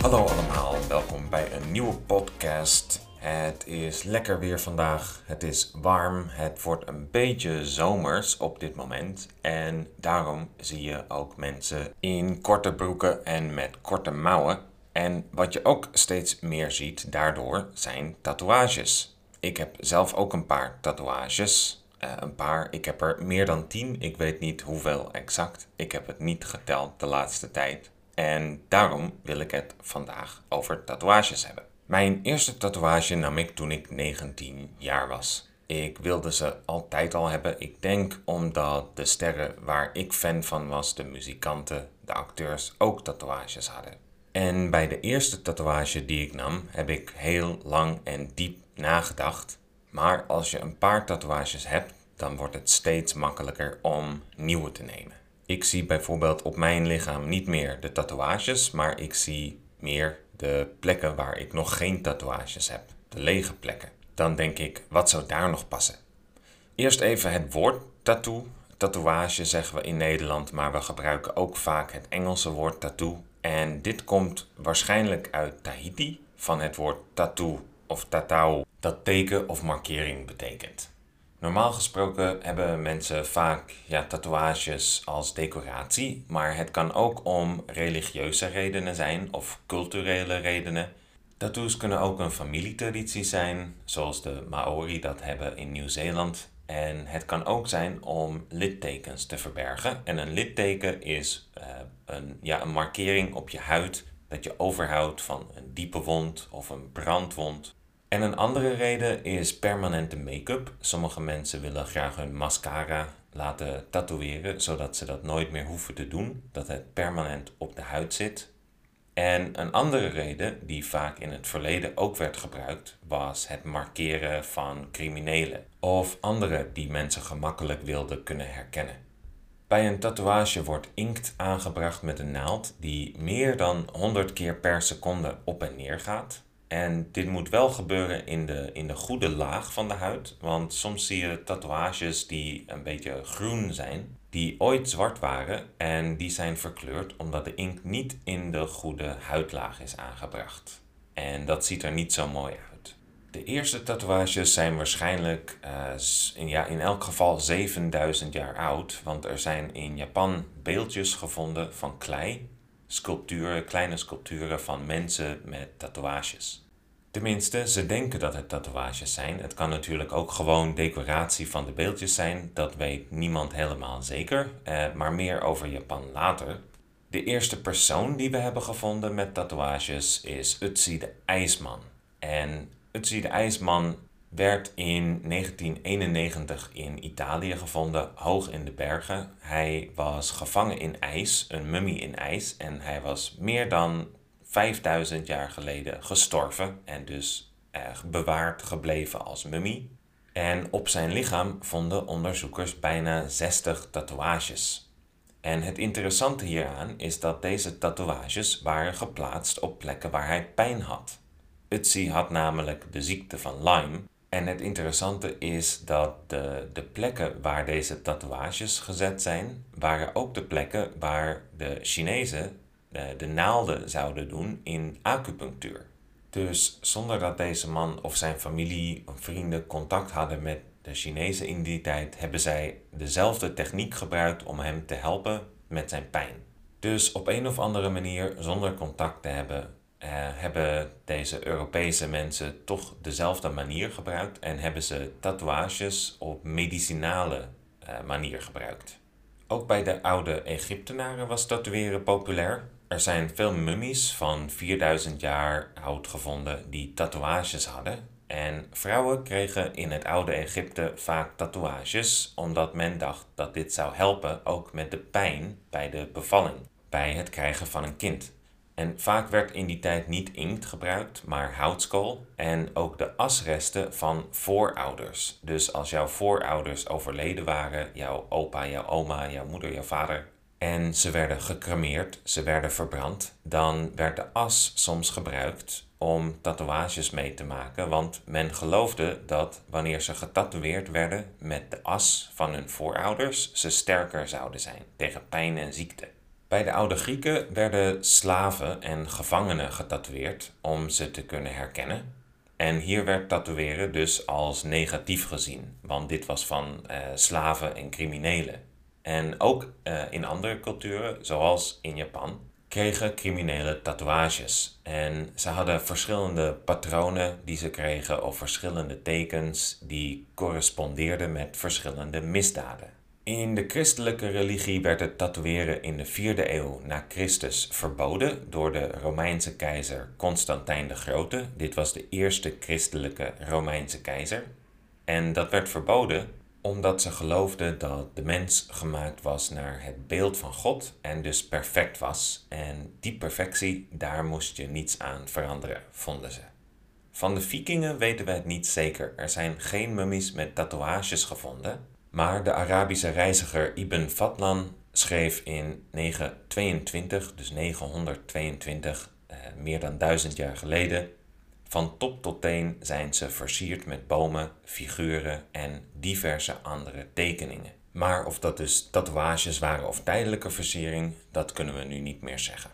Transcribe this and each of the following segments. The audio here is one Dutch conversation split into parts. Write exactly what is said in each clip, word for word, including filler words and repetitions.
Hallo allemaal, welkom bij een nieuwe podcast. Het is lekker weer vandaag, het is warm, het wordt een beetje zomers op dit moment. En daarom zie je ook mensen in korte broeken en met korte mouwen. En wat je ook steeds meer ziet daardoor zijn tatoeages. Ik heb zelf ook een paar tatoeages. Uh, een paar, ik heb er meer dan tien, ik weet niet hoeveel exact. Ik heb het niet geteld de laatste tijd. En daarom wil ik het vandaag over tatoeages hebben. Mijn eerste tatoeage nam ik toen ik negentien jaar was. Ik wilde ze altijd al hebben. Ik denk omdat de sterren waar ik fan van was, de muzikanten, de acteurs, ook tatoeages hadden. En bij de eerste tatoeage die ik nam, heb ik heel lang en diep nagedacht. Maar als je een paar tatoeages hebt, dan wordt het steeds makkelijker om nieuwe te nemen. Ik zie bijvoorbeeld op mijn lichaam niet meer de tatoeages, maar ik zie meer de plekken waar ik nog geen tatoeages heb. De lege plekken. Dan denk ik, wat zou daar nog passen? Eerst even het woord tattoo. Tatoeage zeggen we in Nederland, maar we gebruiken ook vaak het Engelse woord tattoo. En dit komt waarschijnlijk uit Tahiti, van het woord tattoo of tatau, dat teken of markering betekent. Normaal gesproken hebben mensen vaak ja, tatoeages als decoratie, maar het kan ook om religieuze redenen zijn of culturele redenen. Tattoos kunnen ook een familietraditie zijn, zoals de Maori dat hebben in Nieuw-Zeeland. En het kan ook zijn om littekens te verbergen. En een litteken is uh, een, ja, een markering op je huid dat je overhoudt van een diepe wond of een brandwond. En een andere reden is permanente make-up. Sommige mensen willen graag hun mascara laten tatoeëren, zodat ze dat nooit meer hoeven te doen, dat het permanent op de huid zit. En een andere reden, die vaak in het verleden ook werd gebruikt, was het markeren van criminelen of anderen die mensen gemakkelijk wilden kunnen herkennen. Bij een tatoeage wordt inkt aangebracht met een naald die meer dan honderd keer per seconde op en neer gaat. En dit moet wel gebeuren in de, in de goede laag van de huid, want soms zie je tatoeages die een beetje groen zijn, die ooit zwart waren en die zijn verkleurd omdat de inkt niet in de goede huidlaag is aangebracht. En dat ziet er niet zo mooi uit. De eerste tatoeages zijn waarschijnlijk uh, in, ja, in elk geval zevenduizend jaar oud, want er zijn in Japan beeldjes gevonden van klei. Sculpturen, kleine sculpturen van mensen met tatoeages. Tenminste, ze denken dat het tatoeages zijn. Het kan natuurlijk ook gewoon decoratie van de beeldjes zijn. Dat weet niemand helemaal zeker, eh, maar meer over Japan later. De eerste persoon die we hebben gevonden met tatoeages is Ötzi de IJsman. En Ötzi de IJsman werd in negentien eenennegentig in Italië gevonden, hoog in de bergen. Hij was gevangen in ijs, een mummie in ijs, en hij was meer dan vijfduizend jaar geleden gestorven en dus eh, bewaard gebleven als mummie. En op zijn lichaam vonden onderzoekers bijna zestig tatoeages. En het interessante hieraan is dat deze tatoeages waren geplaatst op plekken waar hij pijn had. Ötzi had namelijk de ziekte van Lyme. En het interessante is dat de, de plekken waar deze tatoeages gezet zijn, waren ook de plekken waar de Chinezen de, de naalden zouden doen in acupunctuur. Dus zonder dat deze man of zijn familie of vrienden contact hadden met de Chinezen in die tijd, hebben zij dezelfde techniek gebruikt om hem te helpen met zijn pijn. Dus op een of andere manier, zonder contact te hebben, Uh, hebben deze Europese mensen toch dezelfde manier gebruikt en hebben ze tatoeages op medicinale uh, manier gebruikt. Ook bij de oude Egyptenaren was tatoeëren populair. Er zijn veel mummies van vierduizend jaar oud gevonden die tatoeages hadden. En vrouwen kregen in het oude Egypte vaak tatoeages omdat men dacht dat dit zou helpen ook met de pijn bij de bevalling, bij het krijgen van een kind. En vaak werd in die tijd niet inkt gebruikt, maar houtskool en ook de asresten van voorouders. Dus als jouw voorouders overleden waren, jouw opa, jouw oma, jouw moeder, jouw vader, en ze werden gecremeerd, ze werden verbrand, dan werd de as soms gebruikt om tatoeages mee te maken, want men geloofde dat wanneer ze getatoeëerd werden met de as van hun voorouders, ze sterker zouden zijn tegen pijn en ziekte. Bij de oude Grieken werden slaven en gevangenen getatoeëerd om ze te kunnen herkennen. En hier werd tatoeëren dus als negatief gezien, want dit was van uh, slaven en criminelen. En ook uh, in andere culturen, zoals in Japan, kregen criminelen tatoeages. En ze hadden verschillende patronen die ze kregen of verschillende tekens die correspondeerden met verschillende misdaden. In de christelijke religie werd het tatoeëren in de vierde eeuw na Christus verboden door de Romeinse keizer Constantijn de Grote. Dit was de eerste christelijke Romeinse keizer. En dat werd verboden omdat ze geloofden dat de mens gemaakt was naar het beeld van God en dus perfect was. En die perfectie, daar moest je niets aan veranderen, vonden ze. Van de Vikingen weten we het niet zeker. Er zijn geen mummies met tatoeages gevonden. Maar de Arabische reiziger Ibn Fadlan schreef in negenhonderdtweeëntwintig, dus negenhonderdtweeëntwintig, eh, meer dan duizend jaar geleden: van top tot teen zijn ze versierd met bomen, figuren en diverse andere tekeningen. Maar of dat dus tatoeages waren of tijdelijke versiering, dat kunnen we nu niet meer zeggen.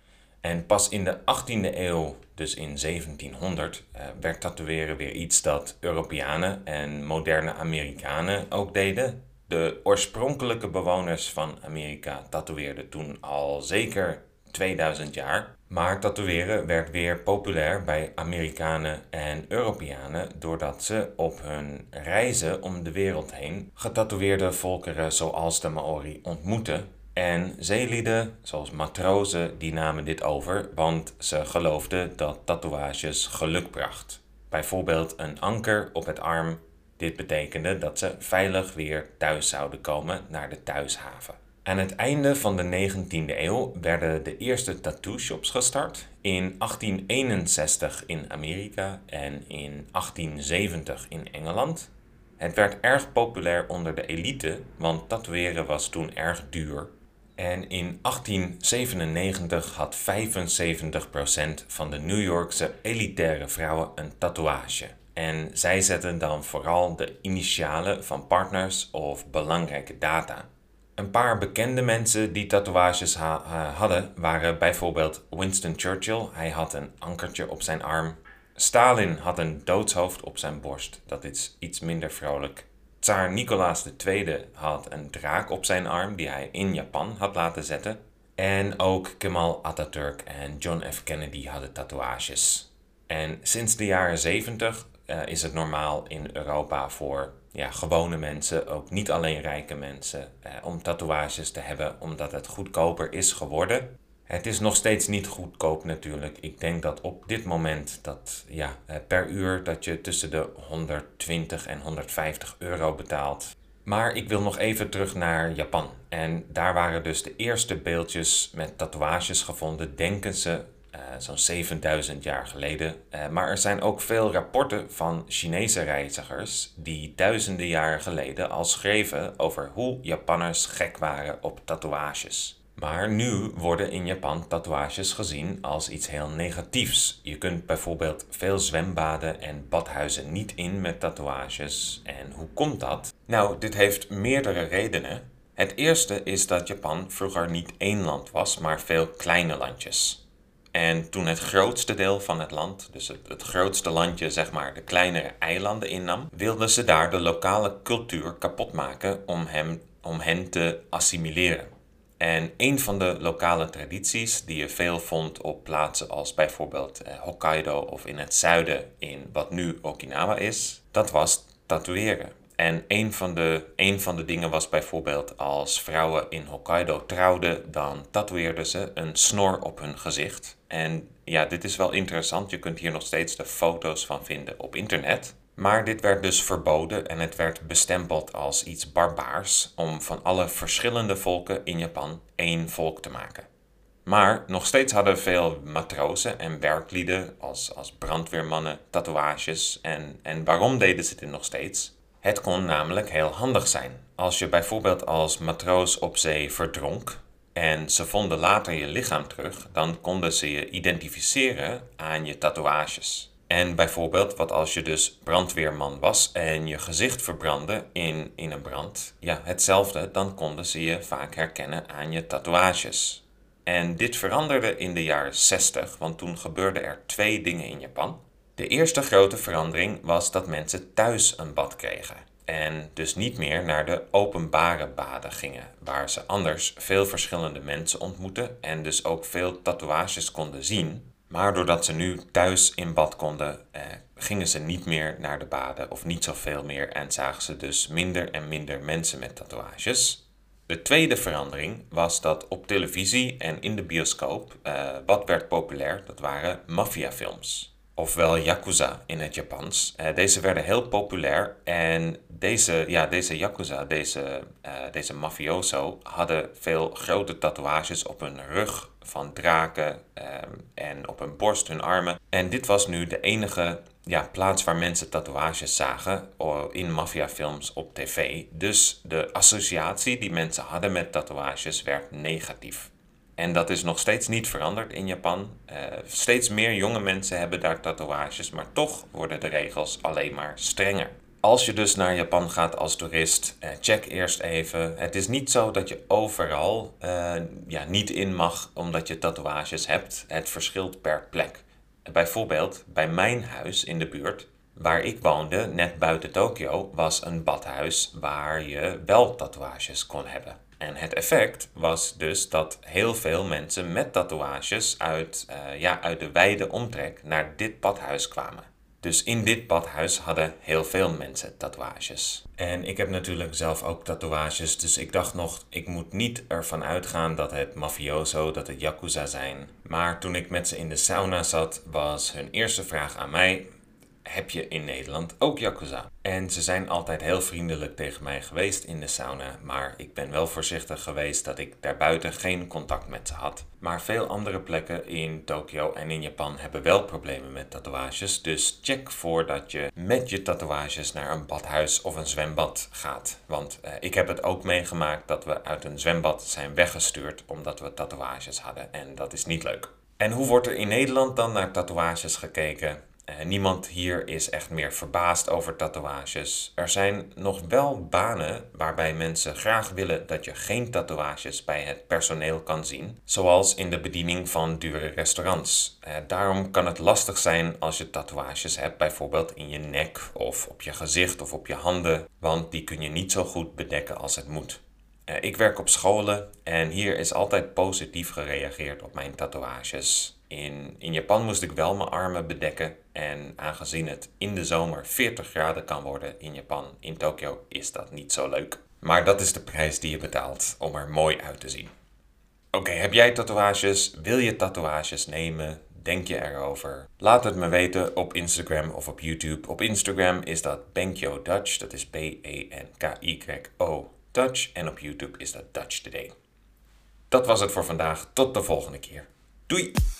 En pas in de achttiende eeuw, dus in zeventienhonderd, uh, werd tatoeëren weer iets dat Europeanen en moderne Amerikanen ook deden. De oorspronkelijke bewoners van Amerika tatoeëerden toen al zeker tweeduizend jaar. Maar tatoeëren werd weer populair bij Amerikanen en Europeanen doordat ze op hun reizen om de wereld heen getatoeëerde volkeren zoals de Maori ontmoetten. En zeelieden, zoals matrozen, die namen dit over, want ze geloofden dat tatoeages geluk bracht. Bijvoorbeeld een anker op het arm. Dit betekende dat ze veilig weer thuis zouden komen naar de thuishaven. Aan het einde van de negentiende eeuw werden de eerste tattoo-shops gestart. In achttien eenenzestig in Amerika en in achttien zeventig in Engeland. Het werd erg populair onder de elite, want tatoeëren was toen erg duur. En in achttien zevenennegentig had vijfenzeventig procent van de New Yorkse elitaire vrouwen een tatoeage. En zij zetten dan vooral de initialen van partners of belangrijke data. Een paar bekende mensen die tatoeages ha- ha- hadden waren bijvoorbeeld Winston Churchill. Hij had een ankertje op zijn arm. Stalin had een doodshoofd op zijn borst. Dat is iets minder vrolijk. Tsaar Nicolaas de Tweede had een draak op zijn arm die hij in Japan had laten zetten. En ook Kemal Atatürk en John F. Kennedy hadden tatoeages. En sinds de jaren zeventig uh, is het normaal in Europa voor ja, gewone mensen, ook niet alleen rijke mensen, uh, om tatoeages te hebben omdat het goedkoper is geworden. Het is nog steeds niet goedkoop natuurlijk. Ik denk dat op dit moment dat ja, per uur dat je tussen de honderdtwintig en honderdvijftig euro betaalt. Maar ik wil nog even terug naar Japan. En daar waren dus de eerste beeldjes met tatoeages gevonden, denken ze, uh, zo'n zevenduizend jaar geleden. Uh, maar er zijn ook veel rapporten van Chinese reizigers die duizenden jaren geleden al schreven over hoe Japanners gek waren op tatoeages. Maar nu worden in Japan tatoeages gezien als iets heel negatiefs. Je kunt bijvoorbeeld veel zwembaden en badhuizen niet in met tatoeages. En hoe komt dat? Nou, dit heeft meerdere redenen. Het eerste is dat Japan vroeger niet één land was, maar veel kleine landjes. En toen het grootste deel van het land, dus het, het grootste landje, zeg maar de kleinere eilanden innam, wilden ze daar de lokale cultuur kapot maken om, hem, om hen te assimileren. En een van de lokale tradities die je veel vond op plaatsen als bijvoorbeeld eh, Hokkaido of in het zuiden in wat nu Okinawa is, dat was tatoeëren. En een van de, een van de dingen was bijvoorbeeld als vrouwen in Hokkaido trouwden, dan tatoeëerden ze een snor op hun gezicht. En ja, dit is wel interessant, je kunt hier nog steeds de foto's van vinden op internet. Maar dit werd dus verboden en het werd bestempeld als iets barbaars om van alle verschillende volken in Japan één volk te maken. Maar nog steeds hadden veel matrozen en werklieden als, als brandweermannen tatoeages. En, en waarom deden ze dit nog steeds? Het kon namelijk heel handig zijn. Als je bijvoorbeeld als matroos op zee verdronk en ze vonden later je lichaam terug, dan konden ze je identificeren aan je tatoeages. En bijvoorbeeld, wat als je dus brandweerman was en je gezicht verbrandde in, in een brand. Ja, hetzelfde, dan konden ze je vaak herkennen aan je tatoeages. En dit veranderde in de jaren zestig, want toen gebeurden er twee dingen in Japan. De eerste grote verandering was dat mensen thuis een bad kregen. En dus niet meer naar de openbare baden gingen, waar ze anders veel verschillende mensen ontmoetten en dus ook veel tatoeages konden zien. Maar doordat ze nu thuis in bad konden, eh, gingen ze niet meer naar de baden of niet zoveel meer en zagen ze dus minder en minder mensen met tatoeages. De tweede verandering was dat op televisie en in de bioscoop, eh, wat werd populair, dat waren maffiafilms. Ofwel Yakuza in het Japans. Uh, deze werden heel populair en deze, ja, deze Yakuza, deze, uh, deze mafioso, hadden veel grote tatoeages op hun rug van draken um, en op hun borst, hun armen. En dit was nu de enige ja, plaats waar mensen tatoeages zagen in maffiafilms op tv. Dus de associatie die mensen hadden met tatoeages werd negatief. En dat is nog steeds niet veranderd in Japan. Uh, steeds meer jonge mensen hebben daar tatoeages, maar toch worden de regels alleen maar strenger. Als je dus naar Japan gaat als toerist, uh, check eerst even. Het is niet zo dat je overal uh, ja, niet in mag omdat je tatoeages hebt. Het verschilt per plek. Bijvoorbeeld bij mijn huis in de buurt, waar ik woonde, net buiten Tokio, was een badhuis waar je wel tatoeages kon hebben. En het effect was dus dat heel veel mensen met tatoeages uit, uh, ja, uit de wijde omtrek naar dit badhuis kwamen. Dus in dit badhuis hadden heel veel mensen tatoeages. En ik heb natuurlijk zelf ook tatoeages, dus ik dacht nog, ik moet niet ervan uitgaan dat het mafioso, dat het yakuza zijn. Maar toen ik met ze in de sauna zat, was hun eerste vraag aan mij: heb je in Nederland ook yakuza? En ze zijn altijd heel vriendelijk tegen mij geweest in de sauna, maar ik ben wel voorzichtig geweest dat ik daarbuiten geen contact met ze had. Maar veel andere plekken in Tokio en in Japan hebben wel problemen met tatoeages, dus check voordat je met je tatoeages naar een badhuis of een zwembad gaat. Want eh, ik heb het ook meegemaakt dat we uit een zwembad zijn weggestuurd omdat we tatoeages hadden en dat is niet leuk. En hoe wordt er in Nederland dan naar tatoeages gekeken? Uh, niemand hier is echt meer verbaasd over tatoeages. Er zijn nog wel banen waarbij mensen graag willen dat je geen tatoeages bij het personeel kan zien. Zoals in de bediening van dure restaurants. Uh, daarom kan het lastig zijn als je tatoeages hebt, bijvoorbeeld in je nek of op je gezicht of op je handen. Want die kun je niet zo goed bedekken als het moet. Uh, ik werk op scholen en hier is altijd positief gereageerd op mijn tatoeages. In, in Japan moest ik wel mijn armen bedekken en aangezien het in de zomer veertig graden kan worden in Japan, in Tokio, is dat niet zo leuk. Maar dat is de prijs die je betaalt om er mooi uit te zien. Oké, okay, heb jij tatoeages? Wil je tatoeages nemen? Denk je erover? Laat het me weten op Instagram of op YouTube. Op Instagram is dat Benkyo Dutch, dat is B E N K Y O Dutch en op YouTube is dat Dutch Today. Dat was het voor vandaag, tot de volgende keer. Doei!